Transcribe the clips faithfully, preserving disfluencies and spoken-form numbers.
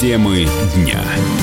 Темы дня.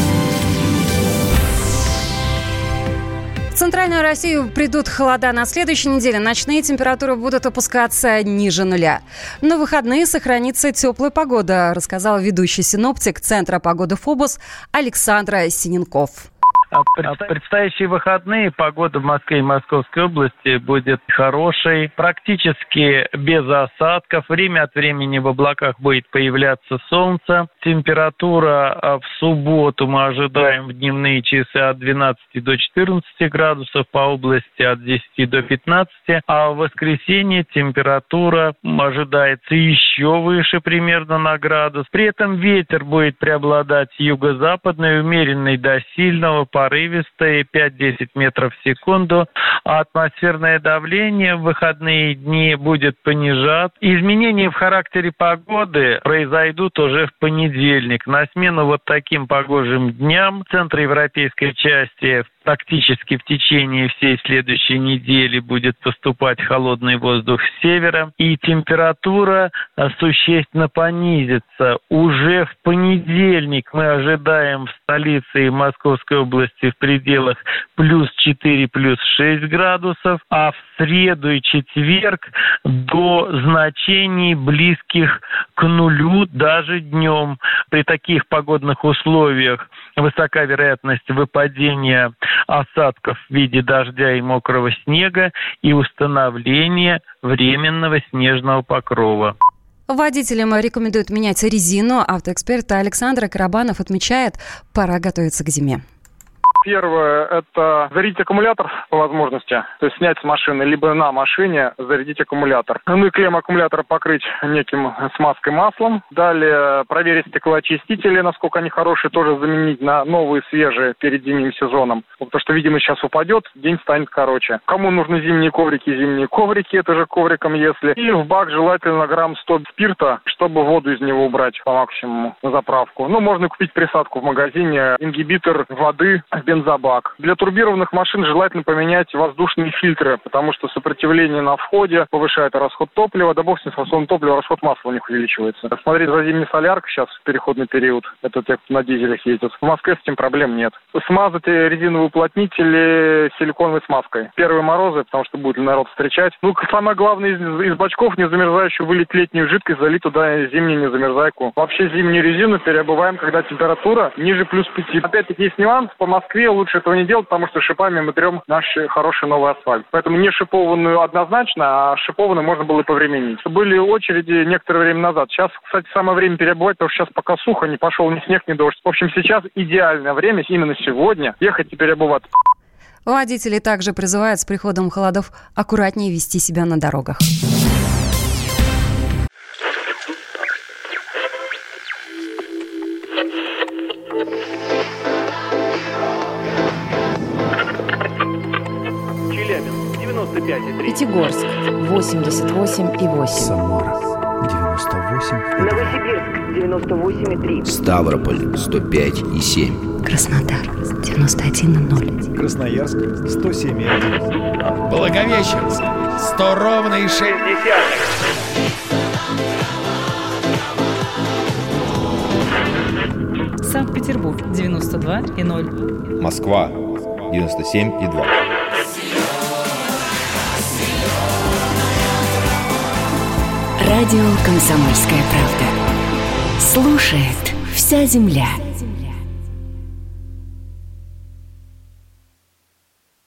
В центральную Россию придут холода на следующей неделе. Ночные температуры будут опускаться ниже нуля. На выходные сохранится теплая погода, рассказал ведущий синоптик Центра погоды ФОБОС Александр Синенков. А предстоящие выходные погода в Москве и Московской области будет хорошей, практически без осадков. Время от времени в облаках будет появляться солнце. Температура в субботу мы ожидаем в дневные часы от двенадцати до четырнадцати градусов, по области от десяти до пятнадцати. А в воскресенье температура ожидается еще выше, примерно на градус. При этом ветер будет преобладать юго-западный, умеренный до сильного, порывистые пять-десять метров в секунду, а атмосферное давление в выходные дни будет понижаться. Изменения в характере погоды произойдут уже в понедельник. На смену вот таким погожим дням в центроевропейской части практически в течение всей следующей недели будет поступать холодный воздух с севера, и температура существенно понизится. Уже в понедельник мы ожидаем в столице и Московской области в пределах плюс четыре, плюс шесть градусов, а в среду и четверг до значений близких к нулю даже днем. При таких погодных условиях высока вероятность выпадения осадков в виде дождя и мокрого снега и установления временного снежного покрова. Водителям рекомендуют менять резину. Автоэксперт Александр Карабанов отмечает, пора готовиться к зиме. Первое – это зарядить аккумулятор по возможности, то есть снять с машины, либо на машине зарядить аккумулятор. Ну и клемму аккумулятора покрыть неким смазкой маслом. Далее проверить стеклоочистители, насколько они хорошие, тоже заменить на новые, свежие перед зимним сезоном. Потому что видимость сейчас упадет, день станет короче. Кому нужны зимние коврики, зимние коврики, это же ковриком если. И в бак желательно грамм сто спирта, чтобы воду из него убрать по максимуму на заправку. Ну, можно купить присадку в магазине, ингибитор воды, бензобак. Для турбированных машин желательно поменять воздушные фильтры, потому что сопротивление на входе повышает расход топлива, да бог с ним, с расходом топлива расход масла у них увеличивается. Смотреть за зимней соляркой сейчас в переходный период, это те, кто на дизелях ездит. В Москве с этим проблем нет. Смазать резиновые уплотнители силиконовой смазкой. Первые морозы, потому что будет народ встречать. Ну, самое главное, из, из бачков незамерзающую вылить летнюю жидкость, залить туда зимнюю незамерзайку. Вообще зимнюю резину переобуваем, когда температура ниже плюс пяти. Опять-таки есть нюанс, по Москве лучше этого не делать, потому что шипами мы трем наш хороший новый асфальт. Поэтому не шипованную однозначно, а шипованную можно было и повременить. Были очереди некоторое время назад. Сейчас, кстати, самое время переобувать, потому что сейчас пока сухо, не пошел ни снег, ни дождь. В общем, сейчас идеальное время, именно сегодня, ехать и переобуваться. Водители также призывают с приходом холодов аккуратнее вести себя на дорогах. Пятигорск восемьдесят восемь и восемь. Самара девяносто восемь. Новосибирск девяносто восемь и три. Ставрополь сто пять и семь. Краснодар девяносто один и ноль. Красноярск сто семь и один. Благовещенск сто ровно и шесть десятых. Санкт-Петербург девяносто два и ноль. Москва девяносто семь и два. Радио «Комсомольская правда». Слушает вся земля.